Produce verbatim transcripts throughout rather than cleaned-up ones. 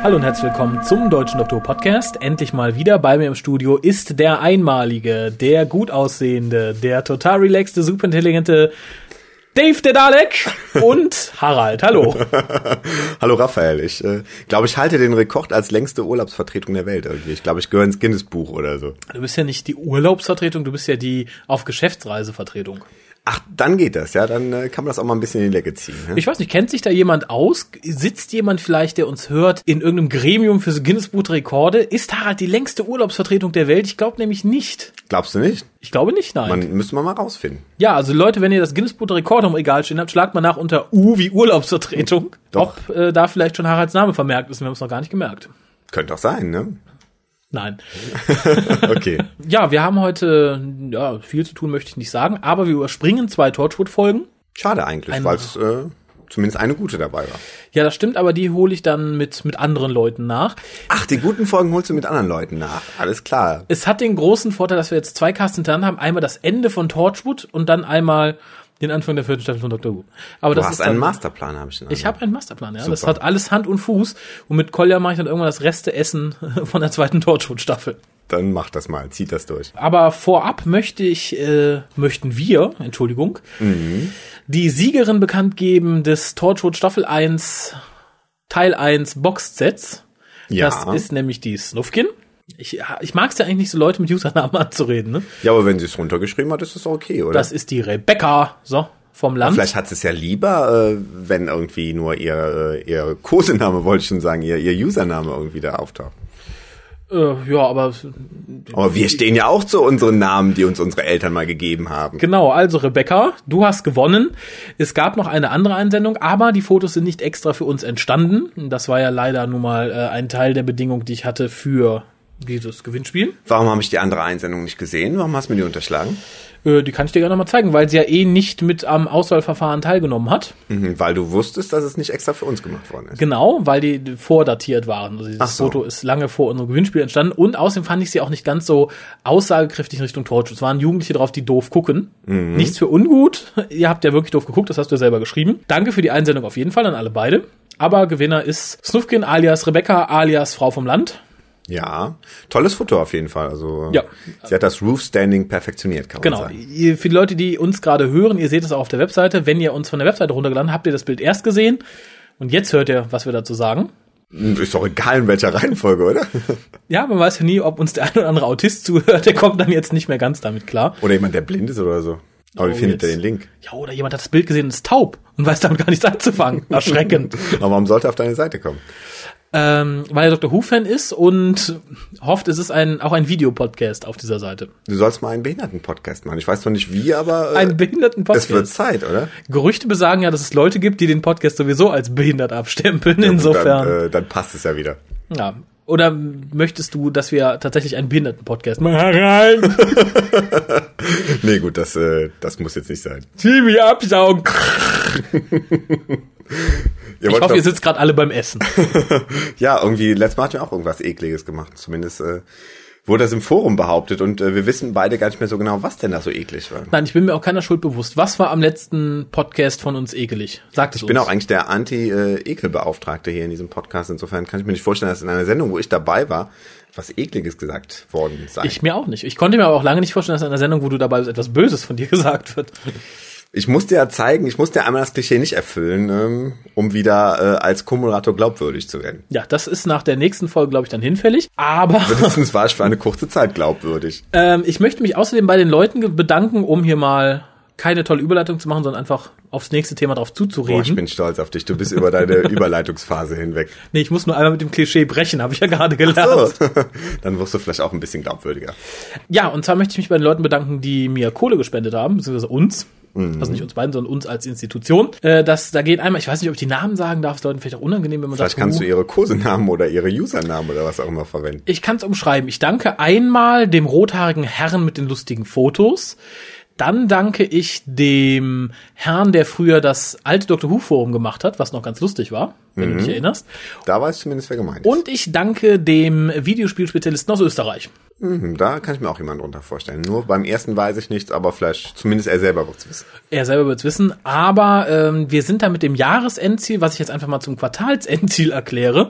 Hallo und herzlich willkommen zum Deutschen Doktor Podcast. Endlich mal wieder bei mir im Studio ist der einmalige, der gut aussehende, der total relaxte, super intelligente Dave der Dalek und Harald. Hallo. Hallo Raphael. Ich äh, glaube, ich halte den Rekord als längste Urlaubsvertretung der Welt irgendwie. Ich glaube, ich gehöre ins Guinness-Buch oder so. Du bist ja nicht die Urlaubsvertretung, du bist ja die auf Geschäftsreisevertretung. Ach, dann geht das, ja, dann äh, kann man das auch mal ein bisschen in die Länge ziehen. Ne? Ich weiß nicht, kennt sich da jemand aus? Sitzt jemand vielleicht, der uns hört, in irgendeinem Gremium für das Guinness-Buch der Rekorde? Ist Harald die längste Urlaubsvertretung der Welt? Ich glaube nämlich nicht. Glaubst du nicht? Ich glaube nicht, nein. Man müsste man mal rausfinden. Ja, also Leute, wenn ihr das Guinness-Buch der Rekorde im Regal stehen habt, schlagt mal nach unter U wie Urlaubsvertretung, Doch. ob äh, da vielleicht schon Haralds Name vermerkt ist. Wir haben es noch gar nicht gemerkt. Könnte auch sein, ne? Nein. Okay. Ja, wir haben heute, ja, viel zu tun möchte ich nicht sagen, aber wir überspringen zwei Torchwood-Folgen. Schade eigentlich, weil es äh, zumindest eine gute dabei war. Ja, das stimmt, aber die hole ich dann mit mit anderen Leuten nach. Ach, die guten Folgen holst du mit anderen Leuten nach. Alles klar. Es hat den großen Vorteil, dass wir jetzt zwei Casts hintereinander haben. Einmal das Ende von Torchwood und dann einmal den Anfang der vierten Staffel von Doktor Who. Aber du das hast ist dann, einen Masterplan, habe ich den Ich habe einen Masterplan, ja. Super. Das hat alles Hand und Fuß. Und mit Kolja mache ich dann irgendwann das Reste-Essen von der zweiten Torchwood-Staffel. Dann mach das mal, zieht das durch. Aber vorab möchte ich, äh, möchten wir, Entschuldigung, Mhm. die Siegerin bekannt geben des Torchwood Staffel eins, Teil eins Boxsets. Ja. Das ist nämlich die Snufkin. Ich, ich mag es ja eigentlich nicht so, Leute mit Usernamen anzureden, ne? Ja, aber wenn sie es runtergeschrieben hat, ist das auch okay, oder? Das ist die Rebecca, so, vom Land. Vielleicht hat sie es ja lieber, äh, wenn irgendwie nur ihr, äh, ihr Kosename, wollte ich schon sagen, ihr, ihr Username irgendwie da auftaucht. Äh, ja, aber... Aber wir stehen ja auch zu unseren Namen, die uns unsere Eltern mal gegeben haben. Genau, also Rebecca, du hast gewonnen. Es gab noch eine andere Einsendung, aber die Fotos sind nicht extra für uns entstanden. Das war ja leider nun mal äh, ein Teil der Bedingung, die ich hatte für dieses Gewinnspiel. Warum habe ich die andere Einsendung nicht gesehen? Warum hast du mir die unterschlagen? Äh, die kann ich dir gerne mal zeigen, weil sie ja eh nicht mit am Auswahlverfahren teilgenommen hat. Mhm, weil du wusstest, dass es nicht extra für uns gemacht worden ist. Genau, weil die vordatiert waren. Also dieses Ach so. Foto ist lange vor unserem Gewinnspiel entstanden. Und außerdem fand ich sie auch nicht ganz so aussagekräftig in Richtung Torchwood. Es waren Jugendliche drauf, die doof gucken. Mhm. Nichts für ungut. Ihr habt ja wirklich doof geguckt, das hast du ja selber geschrieben. Danke für die Einsendung auf jeden Fall an alle beide. Aber Gewinner ist Snufkin alias Rebecca alias Frau vom Land. Ja, tolles Foto auf jeden Fall. Also Ja. sie hat das Roof Standing perfektioniert, kann man Genau. sagen. Ihr, für die Leute, die uns gerade hören, ihr seht es auch auf der Webseite. Wenn ihr uns von der Webseite runtergeladen habt, habt ihr das Bild erst gesehen. Und jetzt hört ihr, was wir dazu sagen. Ist doch egal in welcher Reihenfolge, oder? Ja, man weiß ja nie, ob uns der ein oder andere Autist zuhört. Der kommt dann jetzt nicht mehr ganz damit klar. Oder jemand, der blind ist oder so. Aber wie Oh, findet jetzt. er den Link? Ja, oder jemand hat das Bild gesehen und ist taub und weiß damit gar nichts anzufangen. Erschreckend. Aber warum sollte er auf deine Seite kommen? ähm, weil er Doktor Who-Fan ist und hofft, es ist ein, auch ein Videopodcast auf dieser Seite. Du sollst mal einen Behinderten-Podcast machen. Ich weiß noch nicht wie, aber äh, Ein Behinderten-Podcast. es wird Zeit, oder? Gerüchte besagen ja, dass es Leute gibt, die den Podcast sowieso als behindert abstempeln. Ja, gut, Insofern. Dann, äh, dann passt es ja wieder. Ja. Oder möchtest du, dass wir tatsächlich einen Behinderten-Podcast machen? Rein! Nee, gut, das, äh, das muss jetzt nicht sein. T V absaugen! Ihr Ich wollt hoffe, doch- ihr sitzt gerade alle beim Essen. Ja, irgendwie, letztes Mal hatten wir auch irgendwas Ekliges gemacht. Zumindest äh, wurde das im Forum behauptet und äh, wir wissen beide gar nicht mehr so genau, was denn da so eklig war. Nein, ich bin mir auch keiner Schuld bewusst. Was war am letzten Podcast von uns ekelig? Sagt es Ich bin uns. auch eigentlich der Anti-Ekel-Beauftragte hier in diesem Podcast. Insofern kann ich mir nicht vorstellen, dass in einer Sendung, wo ich dabei war, was Ekliges gesagt worden sei. Ich mir auch nicht. Ich konnte mir aber auch lange nicht vorstellen, dass in einer Sendung, wo du dabei bist, etwas Böses von dir gesagt wird. Ich musste ja zeigen, ich musste ja einmal das Klischee nicht erfüllen, ähm, um wieder äh, als Co-Moderator glaubwürdig zu werden. Ja, das ist nach der nächsten Folge, glaube ich, dann hinfällig. Aber Mindestens war ich für eine kurze Zeit glaubwürdig. ähm, ich möchte mich außerdem bei den Leuten ge- bedanken, um hier mal keine tolle Überleitung zu machen, sondern einfach aufs nächste Thema drauf zuzureden. Boah, ich bin stolz auf dich. Du bist über deine Überleitungsphase hinweg. Nee, ich muss nur einmal mit dem Klischee brechen, habe ich ja gerade gelernt. So, dann wirst du vielleicht auch ein bisschen glaubwürdiger. Ja, und zwar möchte ich mich bei den Leuten bedanken, die mir Kohle gespendet haben, beziehungsweise uns. Also nicht uns beiden, sondern uns als Institution. Äh, das, da geht einmal, ich weiß nicht, ob ich die Namen sagen darf, ist Leuten vielleicht auch unangenehm, wenn man Vielleicht sagt, kannst uh, du ihre Kosenamen oder ihre Usernamen oder was auch immer verwenden. ich kann es umschreiben. Ich danke einmal dem rothaarigen Herrn mit den lustigen Fotos. Dann danke ich dem Herrn, der früher das alte Doctor Who Forum gemacht hat, was noch ganz lustig war, wenn Mhm. du dich erinnerst. Da weiß ich zumindest, wer gemeint ist. Und ich danke dem Videospielspezialisten aus Österreich. Mhm, da kann ich mir auch jemanden drunter vorstellen. Nur beim ersten weiß ich nichts, aber vielleicht zumindest er selber wird es wissen. Er selber wird es wissen. Aber ähm, wir sind da mit dem Jahresendziel, was ich jetzt einfach mal zum Quartalsendziel erkläre,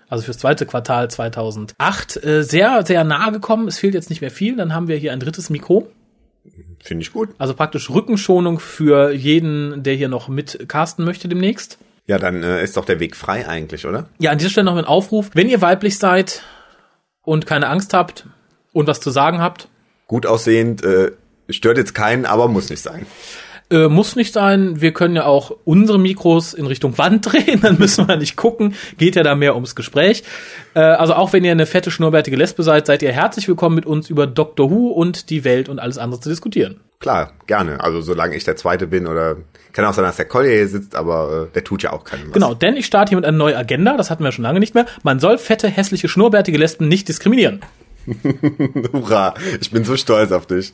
also fürs zweite Quartal zweitausendacht, äh, sehr, sehr nahe gekommen. Es fehlt jetzt nicht mehr viel. Dann haben wir hier ein drittes Mikro. Finde ich gut. Also praktisch Rückenschonung für jeden, der hier noch mit casten möchte demnächst. Ja, dann äh, ist doch der Weg frei eigentlich, oder? Ja, an dieser Stelle noch ein Aufruf. Wenn ihr weiblich seid und keine Angst habt und was zu sagen habt. Gut aussehend, äh, stört jetzt keinen, aber muss nicht sein. Äh, muss nicht sein. Wir können ja auch unsere Mikros in Richtung Wand drehen, dann müssen wir nicht gucken. Geht ja da mehr ums Gespräch. Äh, also auch wenn ihr eine fette, schnurrbärtige Lesbe seid, seid ihr herzlich willkommen, mit uns über Doctor Who und die Welt und alles andere zu diskutieren. Klar, gerne. Also solange ich der Zweite bin oder kann auch sein, dass der Collier hier sitzt, aber äh, der tut ja auch keinen was. Genau, denn ich starte hier mit einer neuen Agenda, das hatten wir schon lange nicht mehr. Man soll fette, hässliche, schnurrbärtige Lesben nicht diskriminieren. Hurra, ich bin so stolz auf dich.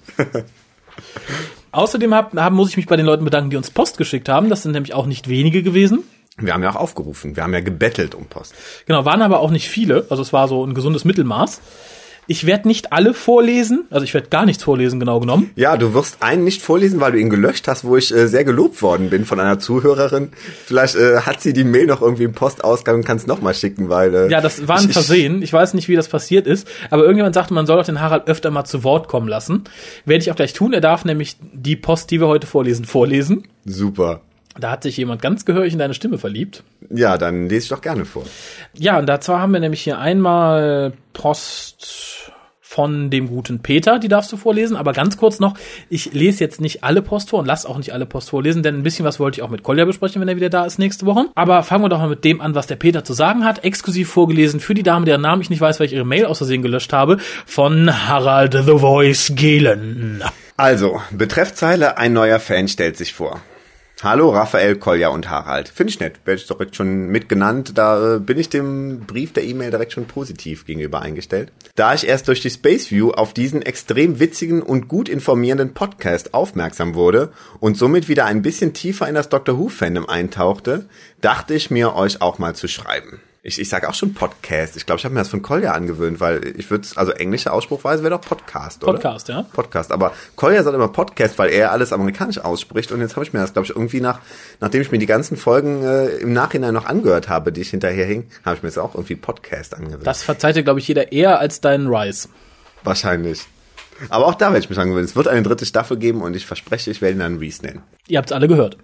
Außerdem hab, hab, muss ich mich bei den Leuten bedanken, die uns Post geschickt haben. Das sind nämlich auch nicht wenige gewesen. Wir haben ja auch aufgerufen. Wir haben ja gebettelt um Post. Genau, waren aber auch nicht viele. Also es war so ein gesundes Mittelmaß. Ich werde nicht alle vorlesen. Also ich werde gar nichts vorlesen, genau genommen. Ja, du wirst einen nicht vorlesen, weil du ihn gelöscht hast, wo ich äh, sehr gelobt worden bin von einer Zuhörerin. Vielleicht äh, hat sie die Mail noch irgendwie im Postausgang und kann es nochmal schicken, weil... Äh, ja, das war ein ich, Versehen. Ich weiß nicht, wie das passiert ist. Aber irgendjemand sagte, man soll doch den Harald öfter mal zu Wort kommen lassen. Werde ich auch gleich tun. Er darf nämlich die Post, die wir heute vorlesen, vorlesen. Super. Da hat sich jemand ganz gehörig in deine Stimme verliebt. Ja, dann lese ich doch gerne vor. Ja, und dazu haben wir nämlich hier einmal Post von dem guten Peter, die darfst du vorlesen. Aber ganz kurz noch, ich lese jetzt nicht alle Post vor und lass auch nicht alle Post vorlesen, denn ein bisschen was wollte ich auch mit Kolja besprechen, wenn er wieder da ist nächste Woche. Aber fangen wir doch mal mit dem an, was der Peter zu sagen hat. Exklusiv vorgelesen für die Dame, deren Namen ich nicht weiß, weil ich ihre Mail aus Versehen gelöscht habe, von Harald The Voice Gehlen. Also, Betreffzeile, ein neuer Fan stellt sich vor. Hallo Raphael, Kolja und Harald. Finde ich nett, werde ich direkt schon mitgenannt. Da äh, bin ich dem Brief der E-Mail direkt schon positiv gegenüber eingestellt. Da ich erst durch die Space View auf diesen extrem witzigen und gut informierenden Podcast aufmerksam wurde und somit wieder ein bisschen tiefer in das Doctor Who-Fandom eintauchte, dachte ich mir, euch auch mal zu schreiben. Ich, ich sage auch schon Podcast. Ich glaube, ich habe mir das von Kolja angewöhnt, weil ich würde, also englische Ausspruchweise wäre doch Podcast, oder? Podcast, ja. Podcast, aber Kolja sagt immer Podcast, weil er alles amerikanisch ausspricht und jetzt habe ich mir das, glaube ich, irgendwie nach, nachdem ich mir die ganzen Folgen äh, im Nachhinein noch angehört habe, die ich hinterher hing, habe ich mir jetzt auch irgendwie Podcast angewöhnt. Das verzeiht dir, glaube ich, jeder eher als deinen Rice. Wahrscheinlich. Aber auch da werde ich mich angewöhnen. Es wird eine dritte Staffel geben und ich verspreche, ich werde ihn dann Reese nennen. Ihr habt's alle gehört.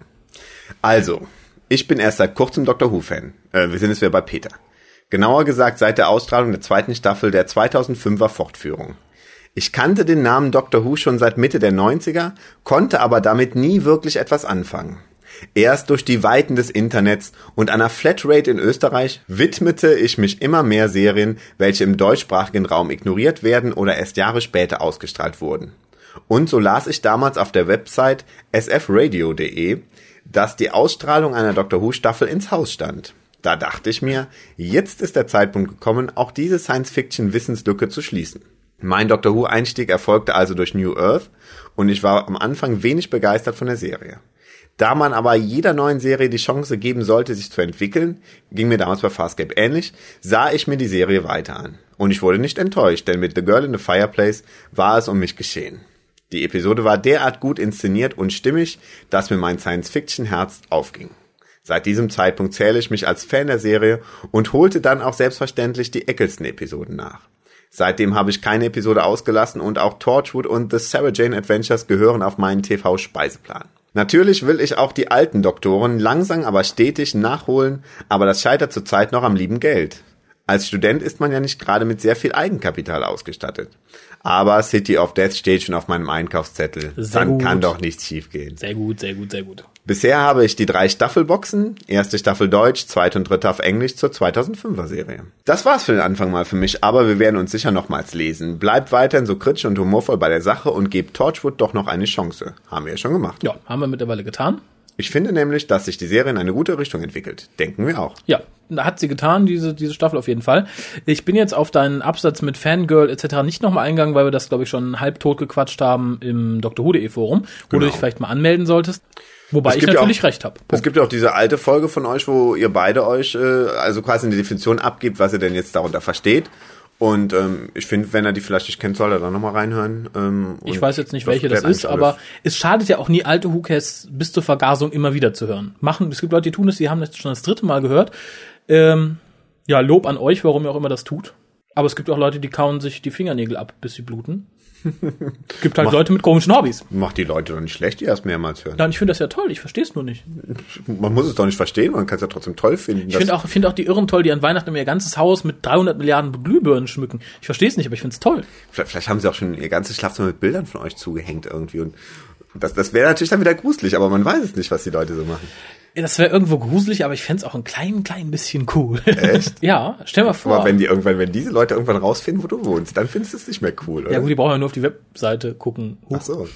Also, ich bin erst seit kurzem Doctor Who-Fan. Äh, wir sind jetzt wieder bei Peter. Genauer gesagt seit der Ausstrahlung der zweiten Staffel der zweitausendfünfer Fortführung. Ich kannte den Namen Doctor Who schon seit Mitte der neunziger, konnte aber damit nie wirklich etwas anfangen. Erst durch die Weiten des Internets und einer Flatrate in Österreich widmete ich mich immer mehr Serien, welche im deutschsprachigen Raum ignoriert werden oder erst Jahre später ausgestrahlt wurden. Und so las ich damals auf der Website s f radio punkt d e, dass die Ausstrahlung einer Doctor Who-Staffel ins Haus stand. Da dachte ich mir, jetzt ist der Zeitpunkt gekommen, auch diese Science-Fiction-Wissenslücke zu schließen. Mein Doctor Who-Einstieg erfolgte also durch New Earth und ich war am Anfang wenig begeistert von der Serie. Da man aber jeder neuen Serie die Chance geben sollte, sich zu entwickeln, ging mir damals bei Farscape ähnlich, sah ich mir die Serie weiter an. Und ich wurde nicht enttäuscht, denn mit The Girl in the Fireplace war es um mich geschehen. Die Episode war derart gut inszeniert und stimmig, dass mir mein Science-Fiction-Herz aufging. Seit diesem Zeitpunkt zähle ich mich als Fan der Serie und holte dann auch selbstverständlich die Eccleston-Episoden nach. Seitdem habe ich keine Episode ausgelassen und auch Torchwood und The Sarah Jane Adventures gehören auf meinen T V-Speiseplan. Natürlich will ich auch die alten Doktoren langsam aber stetig nachholen, aber das scheitert zurzeit noch am lieben Geld. Als Student ist man ja nicht gerade mit sehr viel Eigenkapital ausgestattet. Aber City of Death steht schon auf meinem Einkaufszettel. Sehr Dann gut. kann doch nichts schiefgehen. Sehr gut, sehr gut, sehr gut. Bisher habe ich die drei Staffelboxen, erste Staffel Deutsch, zweite und dritte auf Englisch zur zweitausendfünfer Serie. Das war's für den Anfang mal für mich, aber wir werden uns sicher nochmals lesen. Bleibt weiterhin so kritisch und humorvoll bei der Sache und gebt Torchwood doch noch eine Chance. Haben wir ja schon gemacht. Ja, haben wir mittlerweile getan. Ich finde nämlich, dass sich die Serie in eine gute Richtung entwickelt. Denken wir auch. Ja, da hat sie getan, diese diese Staffel auf jeden Fall. Ich bin jetzt auf deinen Absatz mit Fangirl et cetera nicht nochmal eingegangen, weil wir das, glaube ich, schon halb tot gequatscht haben im Doctor Who punkt de Forum, wo Genau. du dich vielleicht mal anmelden solltest. Wobei Es ich gibt ja natürlich auch- recht habe. Es gibt ja auch diese alte Folge von euch, wo ihr beide euch, äh, also quasi eine Definition abgibt, was ihr denn jetzt darunter versteht. Und ähm, ich finde, wenn er die vielleicht nicht kennt, soll er da nochmal reinhören. Ähm, Ich und weiß jetzt nicht, welche das klärt ist, eigentlich aber alles. es schadet ja auch nie, alte Who-Casts bis zur Vergasung immer wieder zu hören. Machen, es gibt Leute, die tun es, die haben das schon das dritte Mal gehört. Ähm, Ja, Lob an euch, warum ihr auch immer das tut. Aber es gibt auch Leute, die kauen sich die Fingernägel ab, bis sie bluten. Es gibt halt Mach, Leute mit komischen Hobbys. Macht die Leute doch nicht schlecht, die erst mehrmals hören. Nein, ich finde das ja toll, ich verstehe es nur nicht. Man muss es doch nicht verstehen, man kann es ja trotzdem toll finden. Ich finde auch, find auch die Irren toll, die an Weihnachten ihr ganzes Haus mit dreihundert Milliarden Glühbirnen schmücken. Ich verstehe es nicht, aber ich finde es toll. Vielleicht, vielleicht haben sie auch schon ihr ganzes Schlafzimmer mit Bildern von euch zugehängt irgendwie. Und das, das wäre natürlich dann wieder gruselig, aber man weiß es nicht, was die Leute so machen. Das wäre irgendwo gruselig, aber ich fände es auch ein klein, klein bisschen cool. Echt? Ja, stell mal vor. Aber wenn die irgendwann, wenn diese Leute irgendwann rausfinden, wo du wohnst, dann findest du es nicht mehr cool, oder? Ja gut, die brauchen ja nur auf die Webseite gucken. Huch. Ach so.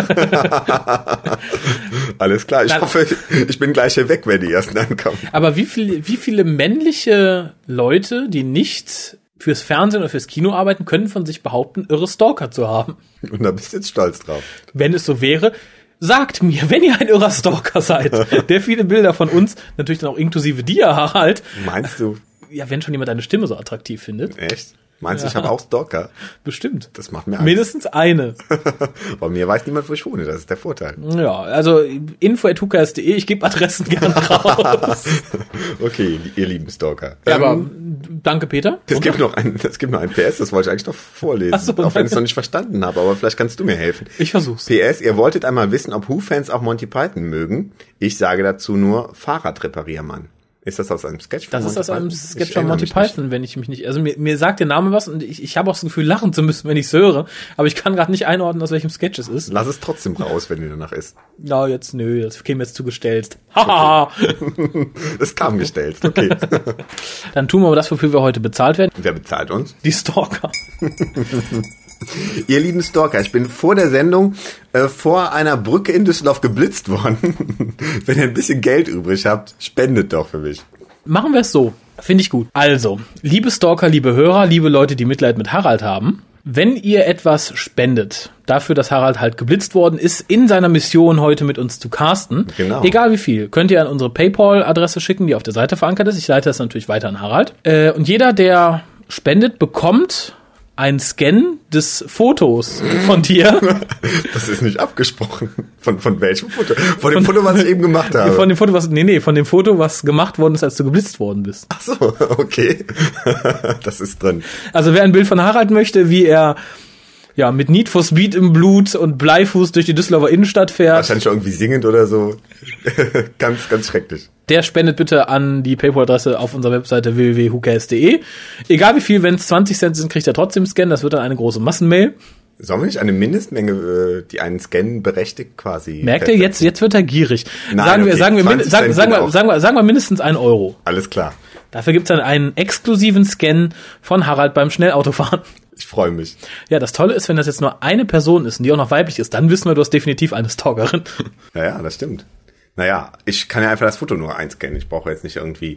Alles klar, ich Na, hoffe, ich bin gleich hier weg, wenn die ersten ankommen. Aber wie viele, wie viele männliche Leute, die nicht fürs Fernsehen oder fürs Kino arbeiten, können von sich behaupten, irre Stalker zu haben? Und da bist du jetzt stolz drauf. Wenn es so wäre, sagt mir, wenn ihr ein irrer Stalker seid, der viele Bilder von uns, natürlich dann auch inklusive dir, Harald. Meinst du? Ja, wenn schon jemand deine Stimme so attraktiv findet. Echt? Meinst du, Ja. ich habe auch Stalker? Bestimmt. Das macht mir Angst. Mindestens eine. Bei mir weiß niemand, wo ich wohne, das ist der Vorteil. Ja, also info at hukas punkt de, ich gebe Adressen gern raus. Okay, ihr lieben Stalker. Ja, ähm, aber danke, Peter. Es gibt noch ein, es gibt noch ein P S, das wollte ich eigentlich noch vorlesen, Ach so, auch wenn ich danke. es noch nicht verstanden habe, aber vielleicht kannst du mir helfen. Ich versuch's. P S, ihr wolltet einmal wissen, ob Who-Fans auch Monty Python mögen. Ich sage dazu nur Fahrradrepariermann. Ist das aus einem Sketch von Das Monty ist aus einem Python? Sketch Ich von erinnere Monty mich nicht. Python, wenn ich mich nicht, also mir, mir sagt der Name was und ich, ich habe auch das Gefühl, lachen zu müssen, wenn ich es höre, aber ich kann gerade nicht einordnen, aus welchem Sketch es ist. Lass es trotzdem raus, wenn dir danach ist. Ja, jetzt, nö, das käme jetzt zu gestellt. Haha! Das kam gestellt, okay. Dann tun wir mal das, wofür wir heute bezahlt werden. Wer bezahlt uns? Die Stalker. Ihr lieben Stalker, ich bin vor der Sendung äh, vor einer Brücke in Düsseldorf geblitzt worden. Wenn ihr ein bisschen Geld übrig habt, spendet doch für mich. Machen wir es so. Finde ich gut. Also, liebe Stalker, liebe Hörer, liebe Leute, die Mitleid mit Harald haben, wenn ihr etwas spendet, dafür, dass Harald halt geblitzt worden ist, in seiner Mission heute mit uns zu casten, Genau. egal wie viel, könnt ihr an unsere PayPal-Adresse schicken, die auf der Seite verankert ist. Ich leite das natürlich weiter an Harald. Äh, und jeder, der spendet, bekommt ein Scan des Fotos von dir. Das ist nicht abgesprochen. Von, von welchem Foto? Von dem Foto, was ich eben gemacht habe. Von dem Foto, was, nee, nee, von dem Foto, was gemacht worden ist, als du geblitzt worden bist. Ach so, okay. Das ist drin. Also wer ein Bild von Harald möchte, wie er ja mit Need for Speed im Blut und Bleifuß durch die Düsseldorfer Innenstadt fährt, Wahrscheinlich irgendwie singend oder so. Ganz, ganz schrecklich. der spendet bitte an die PayPal-Adresse auf unserer Webseite w w w punkt hukas punkt de. Egal wie viel, wenn es zwanzig Cent sind, kriegt er trotzdem einen Scan. Das wird dann eine große Massenmail. Sollen wir nicht eine Mindestmenge, äh, die einen Scan berechtigt, quasi? Merkt ihr, jetzt, jetzt wird er gierig. Nein, sagen wir, okay, sagen wir, min- zwanzig sagen, Cent sagen sind wir, auch- sagen wir, sagen wir mindestens einen Euro. Alles klar. Dafür gibt's dann einen exklusiven Scan von Harald beim Schnellautofahren. Ich freue mich. Ja, das Tolle ist, wenn das jetzt nur eine Person ist und die auch noch weiblich ist, dann wissen wir, du hast definitiv eine Stalkerin. Ja, ja, das stimmt. Naja, ich kann ja einfach das Foto nur einscannen. Ich brauche jetzt nicht irgendwie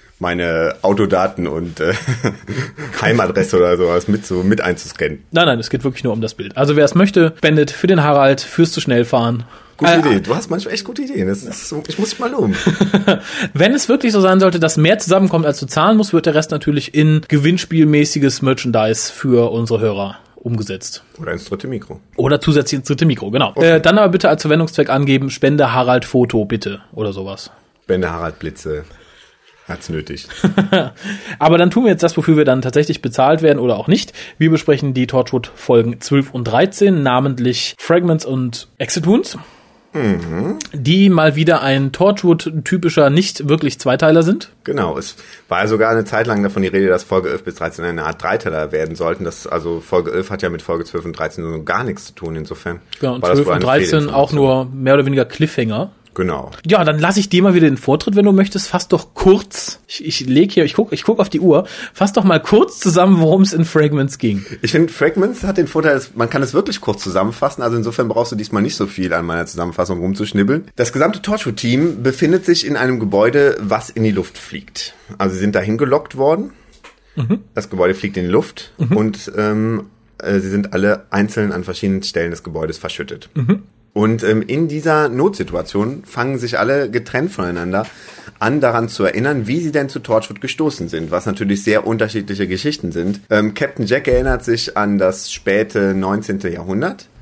meine Autodaten und äh, Heimadresse oder sowas mit so mit einzuscannen. Nein, nein, es geht wirklich nur um das Bild. Also wer es möchte, spendet für den Harald, fürs zu schnell fahren. Gute Äh, Idee. Du hast manchmal echt gute Ideen. Das ist so, ich muss dich mal loben. Wenn es wirklich so sein sollte, dass mehr zusammenkommt, als du zahlen musst, wird der Rest natürlich in gewinnspielmäßiges Merchandise für unsere Hörer umgesetzt. Oder ins dritte Mikro. Oder zusätzlich ins dritte Mikro, genau. Okay. Äh, dann aber bitte als Verwendungszweck angeben, Spende Harald Foto, bitte. Oder sowas. Bände Harald Blitze. Hat's nötig. Aber dann tun wir jetzt das, wofür wir dann tatsächlich bezahlt werden oder auch nicht. Wir besprechen die Torchwood-Folgen zwölf und dreizehn, namentlich Fragments und Exit Wounds. Mhm. Die mal wieder ein Torchwood-typischer, nicht wirklich Zweiteiler sind. Genau. Es war ja sogar eine Zeit lang davon die Rede, dass Folge elf bis dreizehn eine Art Dreiteiler werden sollten. Das, also Folge elf hat ja mit Folge zwölf und dreizehn so gar nichts zu tun. Insofern Genau, und war das zwölf wohl und eine dreizehn auch Fehlinformation. nur mehr oder weniger Cliffhanger. Genau. Ja, dann lasse ich dir mal wieder den Vortritt, wenn du möchtest. Fass doch kurz, ich, ich leg hier, ich guck, ich guck auf die Uhr, fass doch mal kurz zusammen, worum es in Fragments ging. Ich finde, Fragments hat den Vorteil, dass man kann es wirklich kurz zusammenfassen. Also insofern brauchst du diesmal nicht so viel an meiner Zusammenfassung rumzuschnibbeln. Das gesamte Torchwood-Team befindet sich in einem Gebäude, was in die Luft fliegt. Also sie sind dahin gelockt worden. Mhm. Das Gebäude fliegt in die Luft mhm. und ähm, äh, sie sind alle einzeln an verschiedenen Stellen des Gebäudes verschüttet. Mhm. Und ähm, in dieser Notsituation fangen sich alle getrennt voneinander an, daran zu erinnern, wie sie denn zu Torchwood gestoßen sind, was natürlich sehr unterschiedliche Geschichten sind. Ähm, Captain Jack erinnert sich an das späte neunzehnte Jahrhundert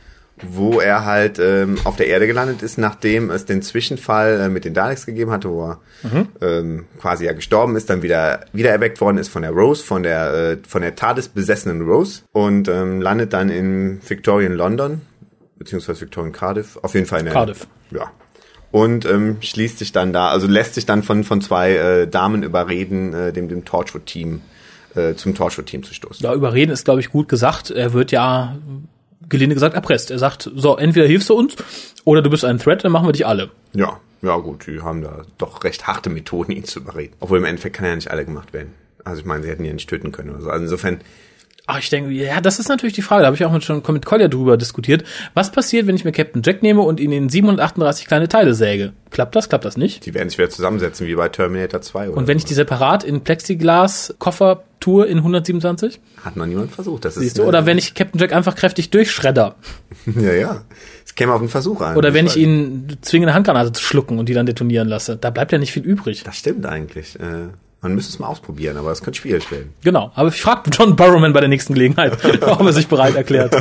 wo er halt ähm, auf der Erde gelandet ist, nachdem es den Zwischenfall äh, mit den Daleks gegeben hatte, wo er mhm. ähm, quasi ja gestorben ist, dann wieder wieder erweckt worden ist von der Rose, von der äh, von der TARDIS besessenen Rose und ähm, landet dann in Victorian London, beziehungsweise Victorian Cardiff, auf jeden Fall in der Cardiff. Ja. Und ähm, schließt sich dann da, also lässt sich dann von von zwei äh, Damen überreden, äh, dem dem Torchwood-Team äh, zum Torchwood-Team zu stoßen. Ja, überreden ist, glaube ich, gut gesagt. Er wird ja, gelinde gesagt, erpresst. Er sagt, so, entweder hilfst du uns oder du bist ein Threat, dann machen wir dich alle. Ja, ja gut, die haben da doch recht harte Methoden, ihn zu überreden. Obwohl im Endeffekt kann ja nicht alle gemacht werden. Also ich meine, sie hätten ihn ja nicht töten können oder so. Also insofern... Ach, ich denke, ja, das ist natürlich die Frage. Da habe ich auch mit, schon mit Kolja drüber diskutiert. Was passiert, wenn ich mir Captain Jack nehme und ihn in siebenhundertachtunddreißig kleine Teile säge? Klappt das? Klappt das nicht? Die werden sich wieder zusammensetzen, wie bei Terminator zwei. Oder und wenn so. ich die separat in Plexiglas-Koffer tue in hundertsiebenundzwanzig? Hat noch niemand versucht. Das Siehst ist du? Oder wenn ich Captain Jack einfach kräftig durchschredder. ja, ja. Es käme auf den Versuch an. Oder wenn ich ihn zwinge, eine Handgranate zu schlucken und die dann detonieren lasse. Da bleibt ja nicht viel übrig. Das stimmt eigentlich. Äh Man müsste es mal ausprobieren, aber es könnte schwierig werden. Genau, aber ich frage John Barrowman bei der nächsten Gelegenheit, ob er sich bereit erklärt.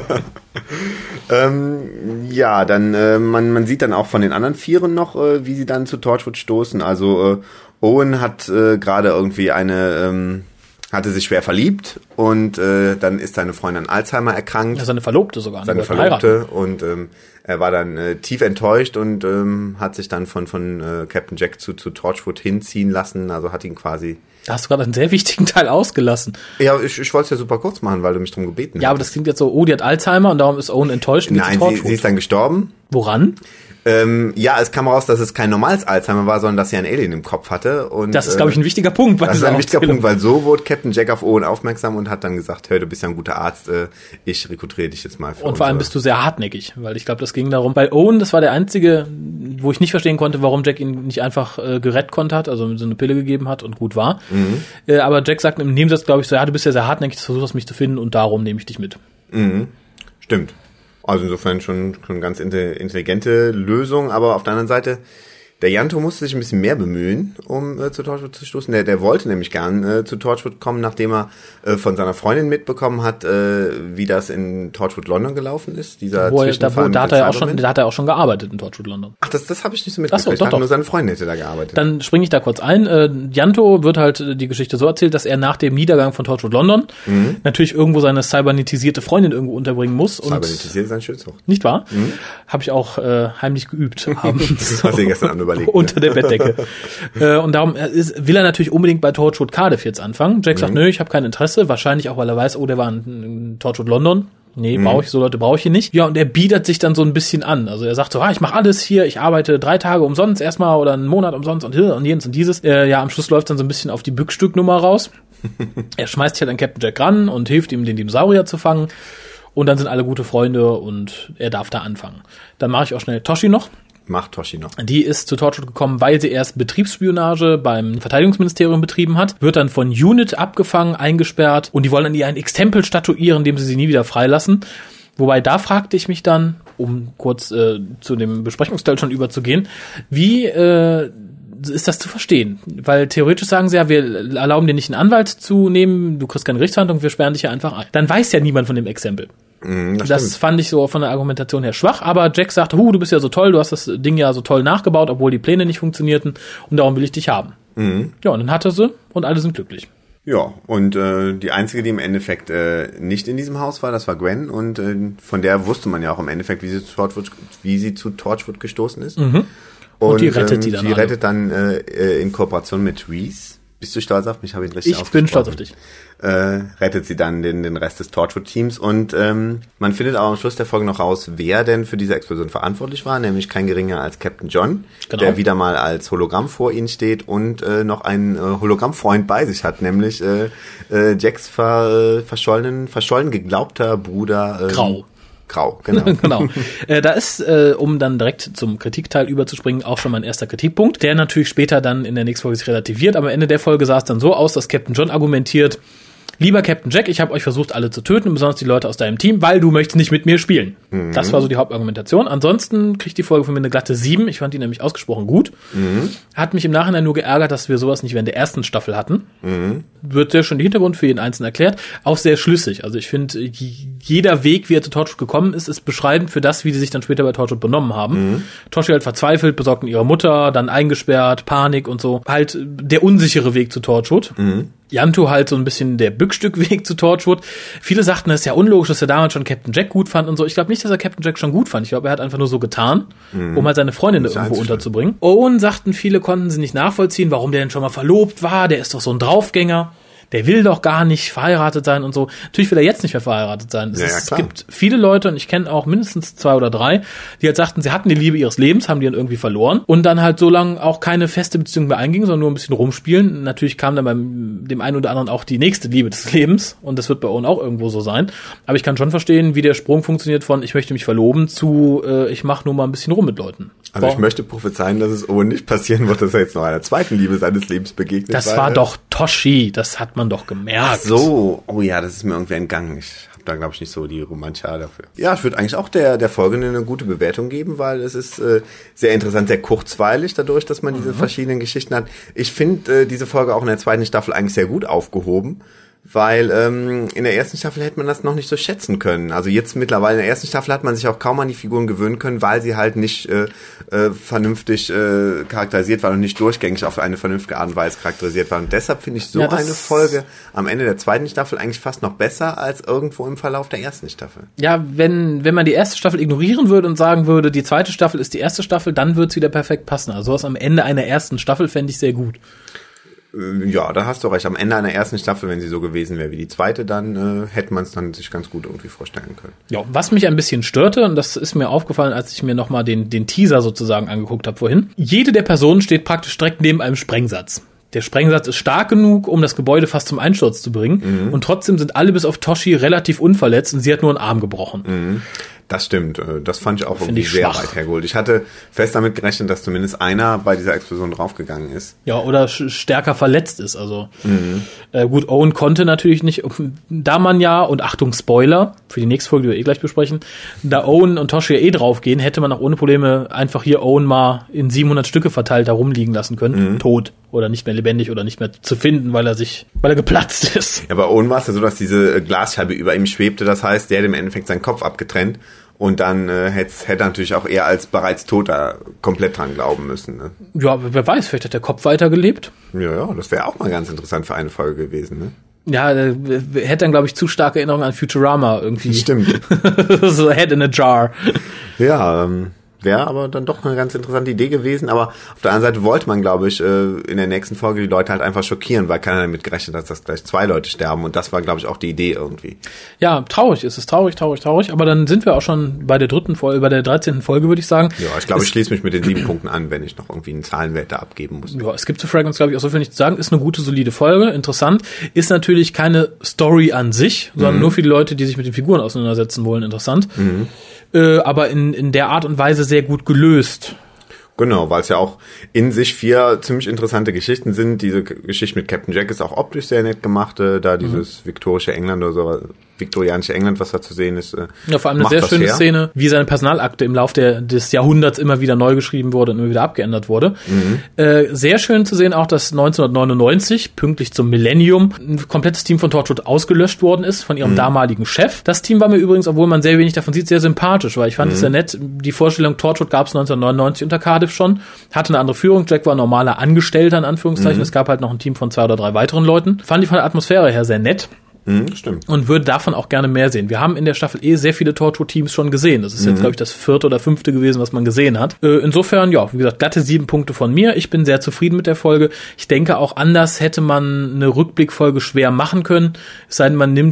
ähm, ja, dann äh, man man sieht dann auch von den anderen Vieren noch, äh, wie sie dann zu Torchwood stoßen. Also äh, Owen hat äh, gerade irgendwie eine, ähm, hatte sich schwer verliebt und äh, dann ist seine Freundin an Alzheimer erkrankt. Ja, seine Verlobte sogar. Seine Verlobte und ähm, er war dann äh, tief enttäuscht und ähm, hat sich dann von von äh, Captain Jack zu zu Torchwood hinziehen lassen. Also hat ihn quasi. Da hast du gerade einen sehr wichtigen Teil ausgelassen. Ja, ich, ich wollte es ja super kurz machen, weil du mich drum gebeten hast. Ja, aber das klingt jetzt so, oh, die hat Alzheimer und darum ist Owen enttäuscht und geht Nein, zu Torchwood. sie, sie ist dann gestorben. Woran? Ähm, ja, es kam raus, dass es kein normales Alzheimer war, sondern dass sie ein Alien im Kopf hatte. Und, das ist, glaube ich, ein wichtiger Punkt. Das ist ein wichtiger Punkt, weil so wurde Captain Jack auf Owen aufmerksam und hat dann gesagt, hey, du bist ja ein guter Arzt, äh, ich rekrutiere dich jetzt mal. Für und vor allem bist du sehr hartnäckig, weil ich glaube, das ging darum. Bei Owen, das war der einzige, wo ich nicht verstehen konnte, warum Jack ihn nicht einfach äh, gerettet konnte hat, also so eine Pille gegeben hat und gut war. Mhm. Äh, aber Jack sagt im Nebensatz, glaube ich, so, ja, du bist ja sehr hartnäckig, du versuchst mich zu finden und darum nehme ich dich mit. Mhm. Stimmt. Also insofern schon schon ganz intelligente Lösung, aber auf der anderen Seite, der Ianto musste sich ein bisschen mehr bemühen, um äh, zu Torchwood zu stoßen. Der, der wollte nämlich gern äh, zu Torchwood kommen, nachdem er äh, von seiner Freundin mitbekommen hat, äh, wie das in Torchwood London gelaufen ist. Dieser wo er, da, wo, da hat er ja auch schon, da hat er auch schon gearbeitet in Torchwood London. Ach, das, das habe ich nicht so mitgekriegt. Ach so, doch, ich doch. Nur seine Freundin hätte da gearbeitet. Dann springe ich da kurz ein. Äh, Ianto wird halt die Geschichte so erzählt, dass er nach dem Niedergang von Torchwood London mhm. natürlich irgendwo seine cybernetisierte Freundin irgendwo unterbringen muss. Cybernetisiert ist ein schönes Wort. Nicht wahr? Mhm. Habe ich auch äh, heimlich geübt abends. Das hast du gestern Abend überlegt. Unter der Bettdecke. äh, und darum ist, will er natürlich unbedingt bei Torchwood Cardiff jetzt anfangen. Jack sagt, mhm. nö, ich habe kein Interesse. Wahrscheinlich auch, weil er weiß, oh, der war in, in Torchwood London. Nee, mhm. brauche ich, so Leute brauche ich hier nicht. Ja, und er biedert sich dann so ein bisschen an. Also er sagt so, ah, ich mache alles hier, ich arbeite drei Tage umsonst erstmal oder einen Monat umsonst und hier und jenes und dieses. Äh, ja, am Schluss läuft dann so ein bisschen auf die Bückstücknummer raus. Er schmeißt sich halt an Captain Jack ran und hilft ihm, den Dinosaurier zu fangen. Und dann sind alle gute Freunde und er darf da anfangen. Dann mache ich auch schnell Toshi noch. Macht Toshi noch. Die ist zu Torchwood gekommen, weil sie erst Betriebsspionage beim Verteidigungsministerium betrieben hat, wird dann von Unit abgefangen, eingesperrt und die wollen an ihr ein Exempel statuieren, indem sie sie nie wieder freilassen. Wobei, da fragte ich mich dann, um kurz äh, zu dem Besprechungsteil schon überzugehen, wie äh, ist das zu verstehen? Weil theoretisch sagen sie ja, wir erlauben dir nicht einen Anwalt zu nehmen, du kriegst keine Gerichtsverhandlung, wir sperren dich ja einfach ein. Dann weiß ja niemand von dem Exempel. Das, das fand ich so von der Argumentation her schwach, aber Jack sagte, hu, du bist ja so toll, du hast das Ding ja so toll nachgebaut, obwohl die Pläne nicht funktionierten und darum will ich dich haben. Mhm. Ja, und dann hat er sie und alle sind glücklich. Ja, und äh, die einzige, die im Endeffekt äh, nicht in diesem Haus war, das war Gwen und äh, von der wusste man ja auch im Endeffekt, wie sie zu Torchwood, wie sie zu Torchwood gestoßen ist. Mhm. Und, und die rettet ähm, die dann. Die alle. rettet dann äh, in Kooperation mit Reese. Bist du stolz auf mich? Habe ich richtig Ich bin stolz auf dich. Äh, rettet sie dann den, den Rest des Torchwood-Teams und ähm, man findet auch am Schluss der Folge noch raus, wer denn für diese Explosion verantwortlich war, nämlich kein geringer als Captain John, genau. Der wieder mal als Hologramm vor ihnen steht und äh, noch einen äh, Hologrammfreund bei sich hat, nämlich äh, äh, Jacks ver, äh, verschollenen, verschollen geglaubter Bruder äh, Grau. Grau, genau. genau. Äh, da ist, äh, um dann direkt zum Kritikteil überzuspringen, auch schon mein erster Kritikpunkt, der natürlich später dann in der nächsten Folge sich relativiert, aber am Ende der Folge sah es dann so aus, dass Captain John argumentiert, lieber Captain Jack, ich habe euch versucht, alle zu töten, besonders die Leute aus deinem Team, weil du möchtest nicht mit mir spielen. Mhm. Das war so die Hauptargumentation. Ansonsten kriegt die Folge von mir eine glatte sieben. Ich fand die nämlich ausgesprochen gut. Mhm. Hat mich im Nachhinein nur geärgert, dass wir sowas nicht während der ersten Staffel hatten. Mhm. Wird sehr schön der Hintergrund für jeden Einzelnen erklärt. Auch sehr schlüssig. Also ich finde, jeder Weg, wie er zu Torchwood gekommen ist, ist beschreibend für das, wie sie sich dann später bei Torchwood benommen haben. Mhm. Toshi halt verzweifelt, besorgt ihre Mutter, dann eingesperrt, Panik und so. Halt der unsichere Weg zu Torchwood. Mhm. Ianto halt so ein bisschen der Bückstückweg zu Torchwood. Viele sagten, es ist ja unlogisch, dass er damals schon Captain Jack gut fand und so. Ich glaube nicht, dass er Captain Jack schon gut fand. Ich glaube, er hat einfach nur so getan, mhm. um halt seine Freundin irgendwo unterzubringen. Owen, sagten viele, konnten sie nicht nachvollziehen, warum der denn schon mal verlobt war. Der ist doch so ein Draufgänger. Der will doch gar nicht verheiratet sein und so. Natürlich will er jetzt nicht mehr verheiratet sein. Es, ja, ja, ist, es gibt viele Leute, und ich kenne auch mindestens zwei oder drei, die halt sagten, sie hatten die Liebe ihres Lebens, haben die dann irgendwie verloren und dann halt so lange auch keine feste Beziehung mehr eingingen, sondern nur ein bisschen rumspielen. Natürlich kam dann beim dem einen oder anderen auch die nächste Liebe des Lebens und das wird bei Owen auch irgendwo so sein. Aber ich kann schon verstehen, wie der Sprung funktioniert von ich möchte mich verloben zu äh, ich mache nur mal ein bisschen rum mit Leuten. Also Boah. Ich möchte prophezeien, dass es Owen nicht passieren wird, dass er jetzt noch einer zweiten Liebe seines Lebens begegnet. Das war doch Toshi, das hat man doch gemerkt. Ach so, oh ja, das ist mir irgendwie entgangen. Ich habe da, glaube ich, nicht so die Romantia dafür. Ja, ich würde eigentlich auch der der Folge eine gute Bewertung geben, weil es ist äh, sehr interessant, sehr kurzweilig dadurch, dass man diese mhm. verschiedenen Geschichten hat. Ich finde äh, diese Folge auch in der zweiten Staffel eigentlich sehr gut aufgehoben. Weil ähm, in der ersten Staffel hätte man das noch nicht so schätzen können. Also jetzt mittlerweile in der ersten Staffel hat man sich auch kaum an die Figuren gewöhnen können, weil sie halt nicht äh, äh, vernünftig äh, charakterisiert waren und nicht durchgängig auf eine vernünftige Art und Weise charakterisiert waren. Und deshalb finde ich so ja, eine Folge am Ende der zweiten Staffel eigentlich fast noch besser als irgendwo im Verlauf der ersten Staffel. Ja, wenn wenn man die erste Staffel ignorieren würde und sagen würde, die zweite Staffel ist die erste Staffel, dann würde es wieder perfekt passen. Also sowas am Ende einer ersten Staffel fände ich sehr gut. Ja, da hast du recht. Am Ende einer ersten Staffel, wenn sie so gewesen wäre wie die zweite, dann äh, hätte man es dann sich ganz gut irgendwie vorstellen können. Ja, was mich ein bisschen störte, und das ist mir aufgefallen, als ich mir nochmal den, den Teaser sozusagen angeguckt habe vorhin. Jede der Personen steht praktisch direkt neben einem Sprengsatz. Der Sprengsatz ist stark genug, um das Gebäude fast zum Einsturz zu bringen. Mhm. Und trotzdem sind alle bis auf Toshi relativ unverletzt und sie hat nur einen Arm gebrochen. Mhm. Das stimmt. Das fand ich auch Find irgendwie ich sehr weit hergeholt. Ich hatte fest damit gerechnet, dass zumindest einer bei dieser Explosion draufgegangen ist. Ja, oder sch- stärker verletzt ist. Also mhm. äh, gut, Owen konnte natürlich nicht, da man ja, und Achtung, Spoiler, für die nächste Folge, die wir eh gleich besprechen, da Owen und Toshi ja eh draufgehen, hätte man auch ohne Probleme einfach hier Owen mal in siebenhundert Stücke verteilt da rumliegen lassen können. Mhm. Tot. Oder nicht mehr lebendig oder nicht mehr zu finden, weil er sich, weil er geplatzt ist. Ja, bei Owen war es ja so, dass diese Glasscheibe über ihm schwebte. Das heißt, der hat im Endeffekt seinen Kopf abgetrennt. Und dann äh, hätte hätte natürlich auch er als bereits Toter komplett dran glauben müssen. Ne? Ja, wer weiß, vielleicht hat der Kopf weitergelebt. Ja, ja, das wäre auch mal ganz interessant für eine Folge gewesen. Ne? Ja, äh, hätte dann, glaube ich, zu starke Erinnerungen an Futurama irgendwie. Stimmt. So Head in a Jar. Ja, ähm. Wäre aber dann doch eine ganz interessante Idee gewesen. Aber auf der anderen Seite wollte man, glaube ich, in der nächsten Folge die Leute halt einfach schockieren, weil keiner damit gerechnet hat, dass gleich zwei Leute sterben. Und das war, glaube ich, auch die Idee irgendwie. Ja, traurig ist es. Traurig, traurig, traurig. Aber dann sind wir auch schon bei der dritten Folge, bei der dreizehnten Folge, würde ich sagen. Ja, ich glaube, ich schließe mich mit den sieben Punkten an, wenn ich noch irgendwie einen Zahlenwert da abgeben muss. Ja, es gibt zu Fragments, glaube ich, auch so viel nicht zu sagen. Ist eine gute, solide Folge. Interessant. Ist natürlich keine Story an sich, sondern mhm. nur für die Leute, die sich mit den Figuren auseinandersetzen wollen, interessant. Mhm. Äh, aber in, in der Art und Weise sehr gut gelöst. Genau, weil es ja auch in sich vier ziemlich interessante Geschichten sind. Diese Geschichte mit Captain Jack ist auch optisch sehr nett gemacht, äh, da dieses mhm. viktorische England oder so, viktorianische England, was da zu sehen ist. Äh, ja, vor allem eine sehr schöne her. Szene, wie seine Personalakte im Lauf der, des Jahrhunderts immer wieder neu geschrieben wurde und immer wieder abgeändert wurde. Mhm. Äh, sehr schön zu sehen auch, dass neunzehnhundertneunundneunzig, pünktlich zum Millennium, ein komplettes Team von Torchwood ausgelöscht worden ist von ihrem mhm. damaligen Chef. Das Team war mir übrigens, obwohl man sehr wenig davon sieht, sehr sympathisch, weil ich fand es mhm. sehr nett. Die Vorstellung, Torchwood gab es neunzehnhundertneunundneunzig unter Cardiff schon, hatte eine andere Führung. Jack war ein normaler Angestellter, in Anführungszeichen. Mhm. Es gab halt noch ein Team von zwei oder drei weiteren Leuten. Fand ich von der Atmosphäre her sehr nett. Mhm, stimmt. Und würde davon auch gerne mehr sehen. Wir haben in der Staffel eh sehr viele Torchwood-Teams schon gesehen. Das ist jetzt, mhm. glaube ich, das vierte oder fünfte gewesen, was man gesehen hat. Äh, insofern, ja, wie gesagt, glatte sieben Punkte von mir. Ich bin sehr zufrieden mit der Folge. Ich denke, auch anders hätte man eine Rückblickfolge schwer machen können. Es sei denn, man nimmt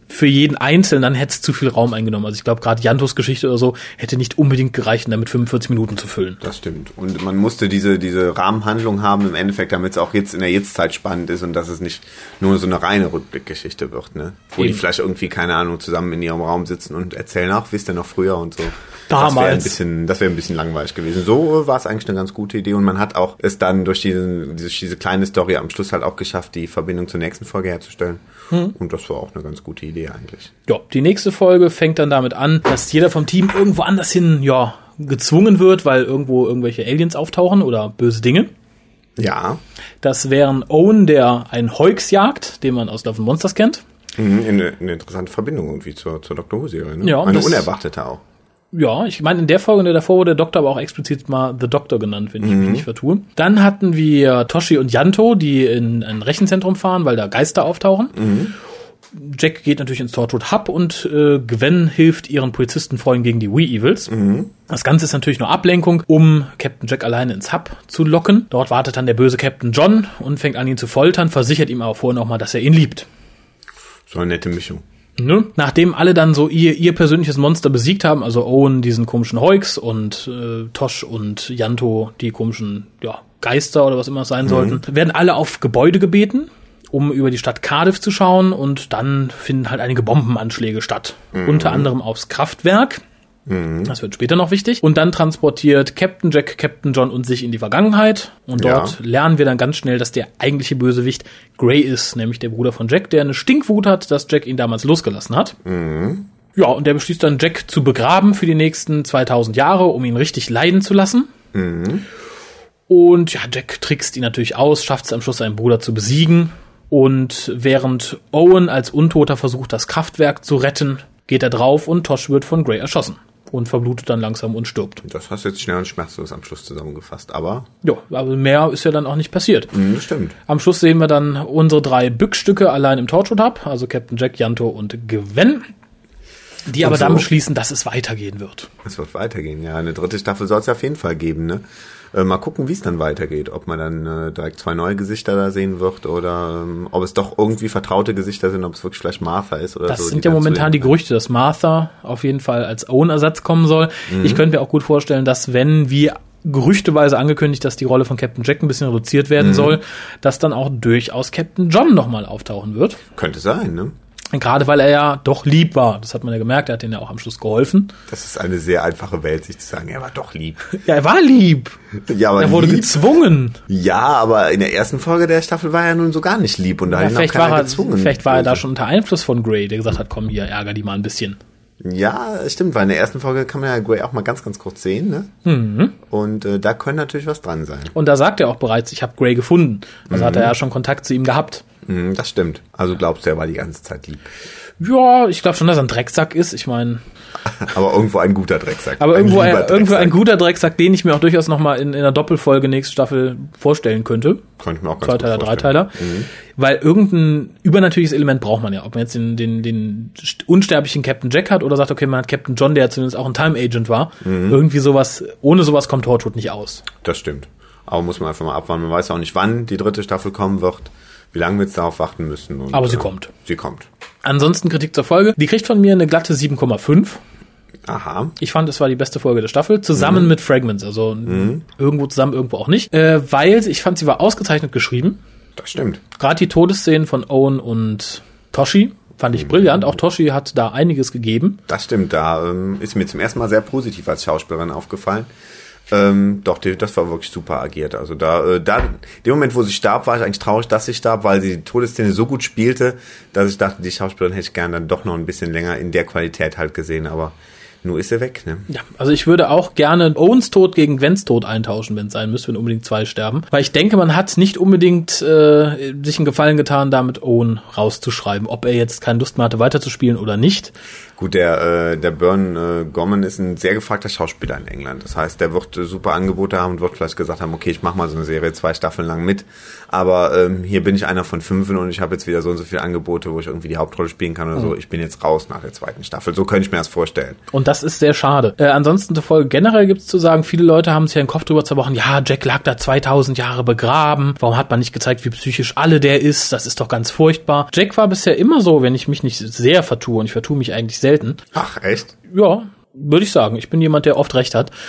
für jeden Einzelnen, dann hätte es zu viel Raum eingenommen. Also ich glaube, gerade Jantos Geschichte oder so hätte nicht unbedingt gereicht, damit fünfundvierzig Minuten zu füllen. Das stimmt. Und man musste diese diese Rahmenhandlung haben im Endeffekt, damit es auch jetzt in der Jetztzeit spannend ist und dass es nicht nur so eine reine Rückblickgeschichte wird, ne? Wo Eben. die vielleicht irgendwie, keine Ahnung, zusammen in ihrem Raum sitzen und erzählen, ach, wisst ihr noch früher und so. Damals. Das wäre ein bisschen, das wäre ein bisschen langweilig gewesen. So war es eigentlich eine ganz gute Idee und man hat auch es dann durch diese, diese, diese kleine Story am Schluss halt auch geschafft, die Verbindung zur nächsten Folge herzustellen. Hm. Und das war auch eine ganz gute Idee eigentlich. Ja, die nächste Folge fängt dann damit an, dass jeder vom Team irgendwo anders hin, ja, gezwungen wird, weil irgendwo irgendwelche Aliens auftauchen oder böse Dinge. Ja. Das wären Owen, der einen Hoix jagt, den man aus Love and Monsters kennt. Mhm, eine, eine interessante Verbindung irgendwie zur, zur Doctor Who-Serie, ne? Ja. Eine unerwartete auch. Ja, ich meine, in der Folge und in der davor wurde der Doktor aber auch explizit mal The Doctor genannt, wenn ich mhm. mich nicht vertue. Dann hatten wir Toshi und Yanto, die in ein Rechenzentrum fahren, weil da Geister auftauchen. Mhm. Jack geht natürlich ins Torchwood Hub und äh, Gwen hilft ihren Polizistenfreunden gegen die Wee-Evils. Mhm. Das Ganze ist natürlich nur Ablenkung, um Captain Jack alleine ins Hub zu locken. Dort wartet dann der böse Captain John und fängt an, ihn zu foltern, versichert ihm aber vorher nochmal, dass er ihn liebt. So eine nette Mischung. Ne? Nachdem alle dann so ihr ihr persönliches Monster besiegt haben, also Owen diesen komischen Hoix und äh, Tosh und Yanto die komischen ja, Geister oder was immer es sein mhm. sollten, werden alle auf Gebäude gebeten, um über die Stadt Cardiff zu schauen und dann finden halt einige Bombenanschläge statt. Mhm. Unter anderem aufs Kraftwerk. Mhm. Das wird später noch wichtig. Und dann transportiert Captain Jack, Captain John und sich in die Vergangenheit. Und dort ja. lernen wir dann ganz schnell, dass der eigentliche Bösewicht Grey ist, nämlich der Bruder von Jack, der eine Stinkwut hat, dass Jack ihn damals losgelassen hat. Mhm. Ja, und der beschließt dann, Jack zu begraben für die nächsten zweitausend Jahre, um ihn richtig leiden zu lassen. Mhm. Und ja, Jack trickst ihn natürlich aus, schafft es am Schluss, seinen Bruder zu besiegen. Und während Owen als Untoter versucht, das Kraftwerk zu retten, geht er drauf und Tosh wird von Grey erschossen. Und verblutet dann langsam und stirbt. Das hast du jetzt schnell und schmerzlos am Schluss zusammengefasst, aber... Ja, aber mehr ist ja dann auch nicht passiert. Mhm, das stimmt. Am Schluss sehen wir dann unsere drei Bückstücke allein im Torchwood Hub, also Captain Jack, Yanto und Gwen, die und aber so dann beschließen, dass es weitergehen wird. Es wird weitergehen, ja. Eine dritte Staffel soll es auf jeden Fall geben, ne? Äh, mal gucken, wie es dann weitergeht. Ob man dann äh, direkt zwei neue Gesichter da sehen wird oder ähm, ob es doch irgendwie vertraute Gesichter sind, ob es wirklich vielleicht Martha ist oder das so. Das sind ja momentan die Gerüchte, dass Martha auf jeden Fall als Owen-Ersatz kommen soll. Mhm. Ich könnte mir auch gut vorstellen, dass wenn wie gerüchteweise angekündigt, dass die Rolle von Captain Jack ein bisschen reduziert werden mhm. soll, dass dann auch durchaus Captain John nochmal auftauchen wird. Könnte sein, ne? Gerade weil er ja doch lieb war. Das hat man ja gemerkt, er hat denen ja auch am Schluss geholfen. Das ist eine sehr einfache Welt, sich zu sagen, er war doch lieb. Ja, er war lieb. Ja, aber er wurde lieb. gezwungen. Ja, aber in der ersten Folge der Staffel war er nun so gar nicht lieb und da ja, hat ihn auch keiner war er, gezwungen. Vielleicht war er da schon unter Einfluss von Grey, der gesagt hat, komm hier, ärger die mal ein bisschen. Ja, stimmt, weil in der ersten Folge kann man ja Grey auch mal ganz, ganz kurz sehen, ne? Mhm. Und äh, da könnte natürlich was dran sein. Und da sagt er auch bereits, ich habe Grey gefunden. Also mhm. hat er ja schon Kontakt zu ihm gehabt. Mhm, das stimmt. Also glaubst du, er war die ganze Zeit lieb? Ja, ich glaube schon, dass er ein Drecksack ist. Ich meine, aber irgendwo ein guter Drecksack. Aber ein irgendwo, ein, Drecksack. irgendwo ein guter Drecksack, den ich mir auch durchaus noch mal in, in einer Doppelfolge nächste Staffel vorstellen könnte. Könnte mir auch ganz Zweiteiler, gut Dreiteiler. Mhm. Weil irgendein übernatürliches Element braucht man ja. Ob man jetzt den, den, den unsterblichen Captain Jack hat oder sagt, okay, man hat Captain John, der zumindest auch ein Time Agent war. Mhm. Irgendwie sowas, ohne sowas kommt Torchwood nicht aus. Das stimmt. Aber muss man einfach mal abwarten. Man weiß auch nicht, wann die dritte Staffel kommen wird. Wie lange wir jetzt darauf warten müssen. Und, aber sie äh, kommt. Sie kommt. Ansonsten Kritik zur Folge. Die kriegt von mir eine glatte sieben Komma fünf. Aha. Ich fand, es war die beste Folge der Staffel, zusammen mhm. mit Fragments. Also mhm. irgendwo zusammen, irgendwo auch nicht. Äh, weil ich fand, sie war ausgezeichnet geschrieben. Das stimmt. Gerade die Todesszenen von Owen und Toshi fand ich mhm. brillant. Auch Toshi hat da einiges gegeben. Das stimmt. Da ähm, ist mir zum ersten Mal sehr positiv als Schauspielerin aufgefallen. Ähm, doch, die, das war wirklich super agiert. Also da, äh, da, in dem Moment, wo sie starb, war ich eigentlich traurig, dass sie starb, weil sie die Todesszene so gut spielte, dass ich dachte, die Schauspielerin hätte ich gerne dann doch noch ein bisschen länger in der Qualität halt gesehen, aber nur ist sie weg, ne? Ja, also ich würde auch gerne Owens Tod gegen Gwens Tod eintauschen, wenn es sein müsste, wenn unbedingt zwei sterben. Weil ich denke, man hat nicht unbedingt äh, sich einen Gefallen getan, damit Owen rauszuschreiben. Ob er jetzt keine Lust mehr hatte, weiterzuspielen oder nicht. Gut, der, äh, der Bern äh, Gorman ist ein sehr gefragter Schauspieler in England. Das heißt, der wird äh, super Angebote haben und wird vielleicht gesagt haben, okay, ich mache mal so eine Serie zwei Staffeln lang mit. Aber ähm, hier bin ich einer von fünf und ich habe jetzt wieder so und so viele Angebote, wo ich irgendwie die Hauptrolle spielen kann oder mhm. so. Ich bin jetzt raus nach der zweiten Staffel. So könnte ich mir das vorstellen. Und das ist sehr schade. Äh, ansonsten zur Folge generell gibt's zu sagen, viele Leute haben sich ja den Kopf drüber zerbrochen, ja, Jack lag da zweitausend Jahre begraben. Warum hat man nicht gezeigt, wie psychisch alle der ist? Das ist doch ganz furchtbar. Jack war bisher immer so, wenn ich mich nicht sehr vertue, und ich vertue mich eigentlich selten. Ach, echt? Ja, würde ich sagen. Ich bin jemand, der oft recht hat.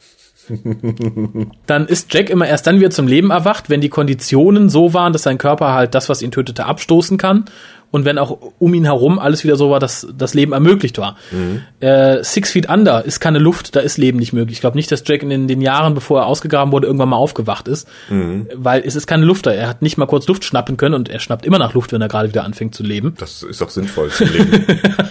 Dann ist Jack immer erst dann wieder zum Leben erwacht, wenn die Konditionen so waren, dass sein Körper halt das, was ihn tötete, abstoßen kann. Und wenn auch um ihn herum alles wieder so war, dass das Leben ermöglicht war. Mhm. Äh, Six Feet Under ist keine Luft, da ist Leben nicht möglich. Ich glaube nicht, dass Jack in den, den Jahren, bevor er ausgegraben wurde, irgendwann mal aufgewacht ist. Mhm. Weil es ist keine Luft da. Er hat nicht mal kurz Luft schnappen können und er schnappt immer nach Luft, wenn er gerade wieder anfängt zu leben. Das ist doch sinnvoll zu leben.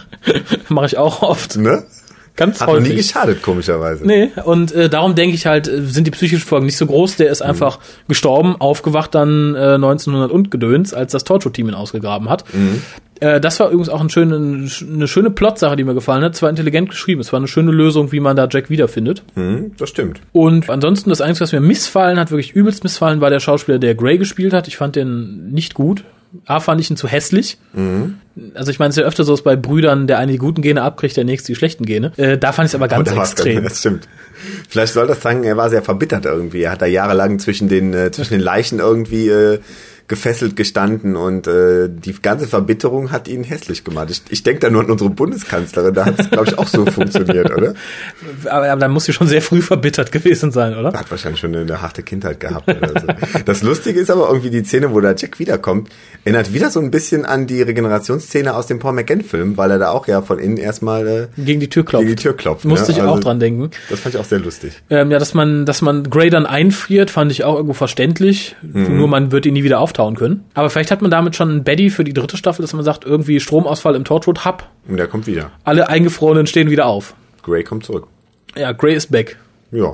Mache ich auch oft. Ne? Ganz Hat häufig. noch nie geschadet, komischerweise. Nee, und äh, darum denke ich halt, sind die psychischen Folgen nicht so groß. Der ist einfach mhm. gestorben, aufgewacht dann äh, neunzehnhundert und Gedöns, als das Torchwood-Team ihn ausgegraben hat. Mhm. Äh, das war übrigens auch ein schöne, eine schöne Plotsache, die mir gefallen hat. Es war intelligent geschrieben. Es war eine schöne Lösung, wie man da Jack wiederfindet. Mhm, das stimmt. Und ansonsten, das Einzige, was mir missfallen hat, wirklich übelst missfallen, war der Schauspieler, der Grey gespielt hat. Ich fand den nicht gut. A, fand ich ihn zu hässlich. Mhm. Also ich meine, es ist ja öfter so, dass bei Brüdern der eine die guten Gene abkriegt, der nächste die schlechten Gene. Äh, da fand ich es aber ganz oh, extrem. Ganz, das stimmt. Vielleicht soll das sagen, er war sehr verbittert irgendwie. Er hat da jahrelang zwischen den äh, zwischen den Leichen irgendwie äh, gefesselt gestanden und äh, die ganze Verbitterung hat ihn hässlich gemacht. Ich, ich denke da nur an unsere Bundeskanzlerin, da hat es, glaube ich, auch so funktioniert, oder? Aber, aber da muss sie schon sehr früh verbittert gewesen sein, oder? Hat wahrscheinlich schon eine, eine harte Kindheit gehabt oder so. Das Lustige ist aber irgendwie die Szene, wo der Jack wiederkommt, erinnert wieder so ein bisschen an die Regenerationsszene aus dem Paul McGann-Film, weil er da auch ja von innen erstmal äh, gegen die Tür klopft. Gegen die Tür klopft. Musste ne? ich also, auch dran denken. Das fand ich auch sehr lustig. Ähm, ja, dass man, dass man Grey dann einfriert, fand ich auch irgendwo verständlich. Mhm. Nur man wird ihn nie wieder auftauen können. Aber vielleicht hat man damit schon einen Baddy für die dritte Staffel, dass man sagt, irgendwie Stromausfall im Torchwood-Hub. Und der kommt wieder. Alle Eingefrorenen stehen wieder auf. Grey kommt zurück. Ja, Grey is back. Ja.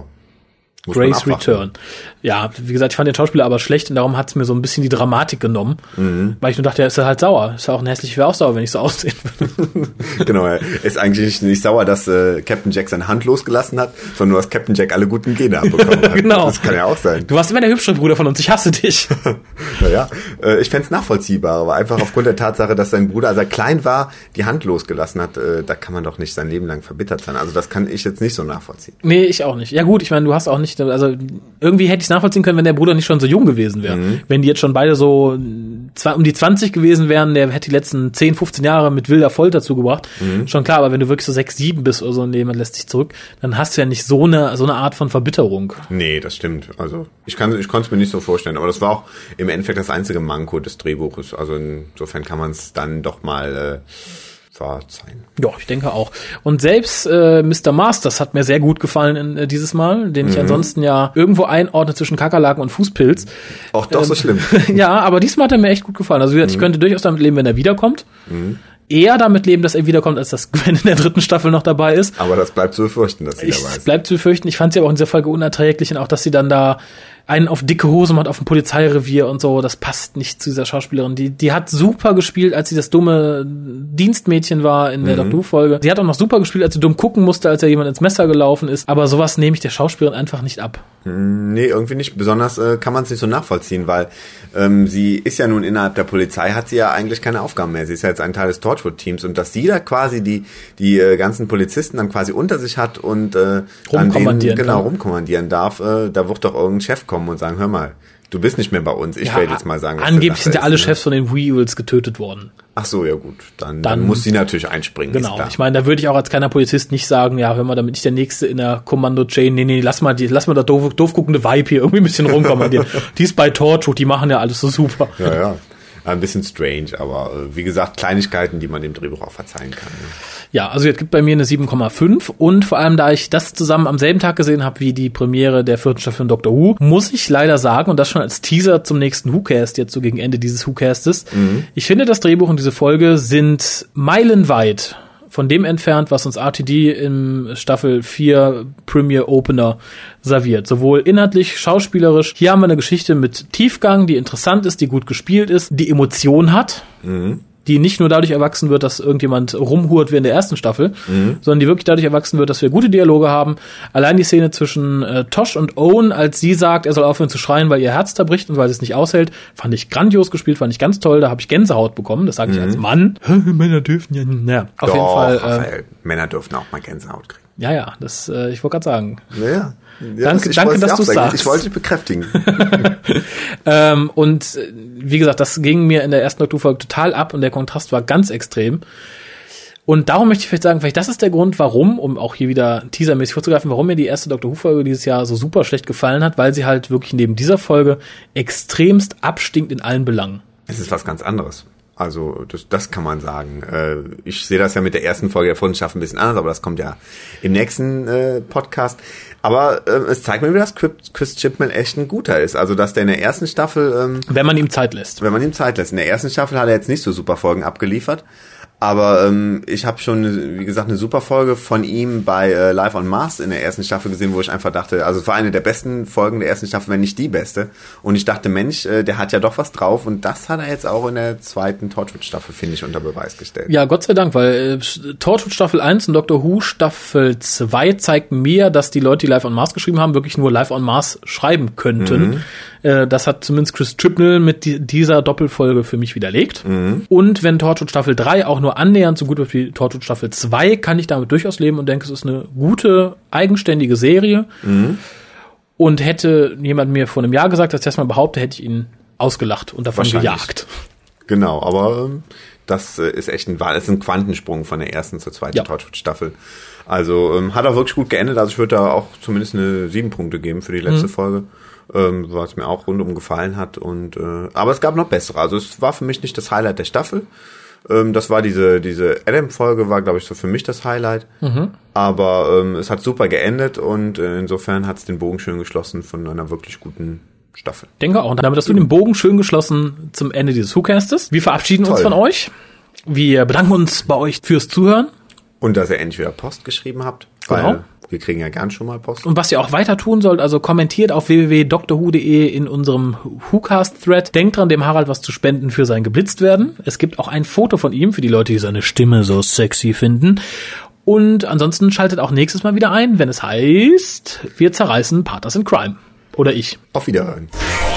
Grey's Return. Ja, wie gesagt, ich fand den Schauspieler aber schlecht und darum hat es mir so ein bisschen die Dramatik genommen, mhm. weil ich nur dachte, er ist halt sauer. Ist ja auch ein hässlich, wäre auch sauer, wenn ich so aussehen würde. Genau, er ist eigentlich nicht, nicht sauer, dass äh, Captain Jack seine Hand losgelassen hat, sondern nur, dass Captain Jack alle guten Gene abbekommen hat. Genau. Das kann ja auch sein. Du warst immer der hübschere Bruder von uns, ich hasse dich. Naja, äh, ich fänd's nachvollziehbar, aber einfach aufgrund der Tatsache, dass sein Bruder, als er klein war, die Hand losgelassen hat, äh, da kann man doch nicht sein Leben lang verbittert sein. Also das kann ich jetzt nicht so nachvollziehen. Nee, ich auch nicht. Ja gut, ich meine, du hast auch nicht, also irgendwie hätte ich es nachvollziehen können, wenn der Bruder nicht schon so jung gewesen wäre. Mhm. Wenn die jetzt schon beide so um die zwanzig gewesen wären, der hätte die letzten zehn, fünfzehn Jahre mit wilder Folter zugebracht. Mhm. Schon klar, aber wenn du wirklich so sechs, sieben bist oder so und jemand lässt dich zurück, dann hast du ja nicht so eine so eine Art von Verbitterung. Nee, das stimmt. Also ich kann ich konnte es mir nicht so vorstellen, aber das war auch im Endeffekt das einzige Manko des Drehbuches. Also insofern kann man es dann doch mal äh, verzeihen. Ja, ich denke auch. Und selbst äh, Mister Masters hat mir sehr gut gefallen in, äh, dieses Mal, den ich mhm. ansonsten ja irgendwo einordne zwischen Kakerlaken und Fußpilz. Auch doch ähm, so schlimm. Ja, aber diesmal hat er mir echt gut gefallen. Also wie gesagt, mhm. ich könnte durchaus damit leben, wenn er wiederkommt. Mhm. Eher damit leben, dass er wiederkommt, als dass Gwen in der dritten Staffel noch dabei ist. Aber das bleibt zu befürchten, dass sie ich, dabei ist. Es bleibt zu befürchten. Ich fand sie aber auch in dieser Folge unerträglich und auch, dass sie dann da einen auf dicke Hose macht auf dem Polizeirevier und so, das passt nicht zu dieser Schauspielerin. Die, die hat super gespielt, als sie das dumme Dienstmädchen war in der mhm. Doctor Who-Folge. Sie hat auch noch super gespielt, als sie dumm gucken musste, als ja jemand ins Messer gelaufen ist. Aber sowas nehme ich der Schauspielerin einfach nicht ab. Nee, irgendwie nicht. Besonders äh, kann man es nicht so nachvollziehen, weil ähm, sie ist ja nun innerhalb der Polizei, hat sie ja eigentlich keine Aufgaben mehr. Sie ist ja jetzt ein Teil des Torchwood-Teams und dass sie da quasi die die äh, ganzen Polizisten dann quasi unter sich hat und äh, rumkommandieren, denen, genau, rumkommandieren darf, äh, da wird doch irgendein Chef kommen und sagen, hör mal, du bist nicht mehr bei uns. Ich ja, werde jetzt mal sagen, was angeblich sind ja alle ist, Chefs von den Weevils getötet worden. Ach so, ja gut. Dann, dann, dann muss sie natürlich einspringen. Genau. Ich meine, da würde ich auch als kleiner Polizist nicht sagen, ja, hör mal, damit ich der Nächste in der Kommando-Chain, nee, nee, lass mal die, lass mal da doof, doof guckende Vibe hier irgendwie ein bisschen rumkommandieren. Die ist bei Torchwood, die machen ja alles so super. Ja, ja. Ein bisschen strange, aber wie gesagt, Kleinigkeiten, die man dem Drehbuch auch verzeihen kann. Ne? Ja, also jetzt gibt bei mir eine sieben Komma fünf und vor allem, da ich das zusammen am selben Tag gesehen habe wie die Premiere der vierten Staffel von Doctor Who, muss ich leider sagen, und das schon als Teaser zum nächsten Who-Cast, jetzt so gegen Ende dieses Who-Castes, mhm. ich finde, das Drehbuch und diese Folge sind meilenweit von dem entfernt, was uns R T D im Staffel vier Premiere Opener serviert. Sowohl inhaltlich, schauspielerisch. Hier haben wir eine Geschichte mit Tiefgang, die interessant ist, die gut gespielt ist, die Emotion hat. Mhm. die nicht nur dadurch erwachsen wird, dass irgendjemand rumhurt wie in der ersten Staffel, mhm. sondern die wirklich dadurch erwachsen wird, dass wir gute Dialoge haben. Allein die Szene zwischen äh, Tosh und Owen, als sie sagt, er soll aufhören zu schreien, weil ihr Herz zerbricht und weil sie es nicht aushält, fand ich grandios gespielt, fand ich ganz toll. Da habe ich Gänsehaut bekommen, das sage ich mhm. als Mann. Männer dürfen ja nicht. Ja, auf Doch, jeden Fall. Raphael, äh, Männer dürfen auch mal Gänsehaut kriegen. Ja, ja, das, äh, ich wollte gerade sagen. Ja, ja. Ja, danke, das, danke, dass du sagen. sagst. Ich wollte dich bekräftigen. ähm, und wie gesagt, das ging mir in der ersten Doktor-Folge total ab und der Kontrast war ganz extrem. Und darum möchte ich vielleicht sagen, vielleicht das ist der Grund, warum, um auch hier wieder teasermäßig vorzugreifen, warum mir die erste Doctor Who-Folge dieses Jahr so super schlecht gefallen hat, weil sie halt wirklich neben dieser Folge extremst abstinkt in allen Belangen. Es ist was ganz anderes. Also das, das kann man sagen. Äh, ich sehe das ja mit der ersten Folge der Freundschaft ein bisschen anders, aber das kommt ja im nächsten äh, Podcast. Aber äh, es zeigt mir wieder, dass Chris Chibnall echt ein guter ist. Also dass der in der ersten Staffel... Ähm, wenn man ihm Zeit lässt. Wenn man ihm Zeit lässt. In der ersten Staffel hat er jetzt nicht so super Folgen abgeliefert. Aber ähm, ich habe schon, wie gesagt, eine super Folge von ihm bei äh, Live on Mars in der ersten Staffel gesehen, wo ich einfach dachte, also es war eine der besten Folgen der ersten Staffel, wenn nicht die beste. Und ich dachte, Mensch, äh, der hat ja doch was drauf. Und das hat er jetzt auch in der zweiten Torchwood-Staffel, finde ich, unter Beweis gestellt. Ja, Gott sei Dank, weil äh, Torchwood Staffel eins und Doctor Who Staffel zwei zeigten mir, dass die Leute, die Live on Mars geschrieben haben, wirklich nur Live on Mars schreiben könnten. Mhm. Äh, das hat zumindest Chris Chibnall mit die, dieser Doppelfolge für mich widerlegt. Mhm. Und wenn Torchwood Staffel drei auch nur annähernd so gut wird wie Torchwood Staffel zwei, kann ich damit durchaus leben und denke, es ist eine gute, eigenständige Serie. Mhm. Und hätte jemand mir vor einem Jahr gesagt, dass ich das mal behaupte, hätte ich ihn ausgelacht und davon gejagt. Genau, aber ähm, das äh, ist echt ein, das ist ein Quantensprung von der ersten zur zweiten ja. Torchwood-Staffel. Also ähm, hat auch wirklich gut geendet. Also ich würde da auch zumindest eine sieben Punkte geben für die letzte mhm. Folge. Ähm, was mir auch rundum gefallen hat. Und äh, aber es gab noch bessere. Also es war für mich nicht das Highlight der Staffel. Ähm, das war diese diese Adam-Folge, war, glaube ich, so für mich das Highlight. Mhm. Aber ähm, es hat super geendet und äh, insofern hat es den Bogen schön geschlossen von einer wirklich guten Staffel. Denke auch. Und damit hast du den Bogen schön geschlossen zum Ende dieses WhoCastes. Wir verabschieden Toll. uns von euch. Wir bedanken uns bei euch fürs Zuhören. Und dass ihr endlich wieder Post geschrieben habt. Weil genau. Wir kriegen ja gern schon mal Post. Und was ihr auch weiter tun sollt, also kommentiert auf w w w punkt d r who punkt d e in unserem WhoCast-Thread. Denkt dran, dem Harald was zu spenden für sein Geblitztwerden. Es gibt auch ein Foto von ihm für die Leute, die seine Stimme so sexy finden. Und ansonsten schaltet auch nächstes Mal wieder ein, wenn es heißt, wir zerreißen Partners in Crime. Oder ich. Auf Wiederhören.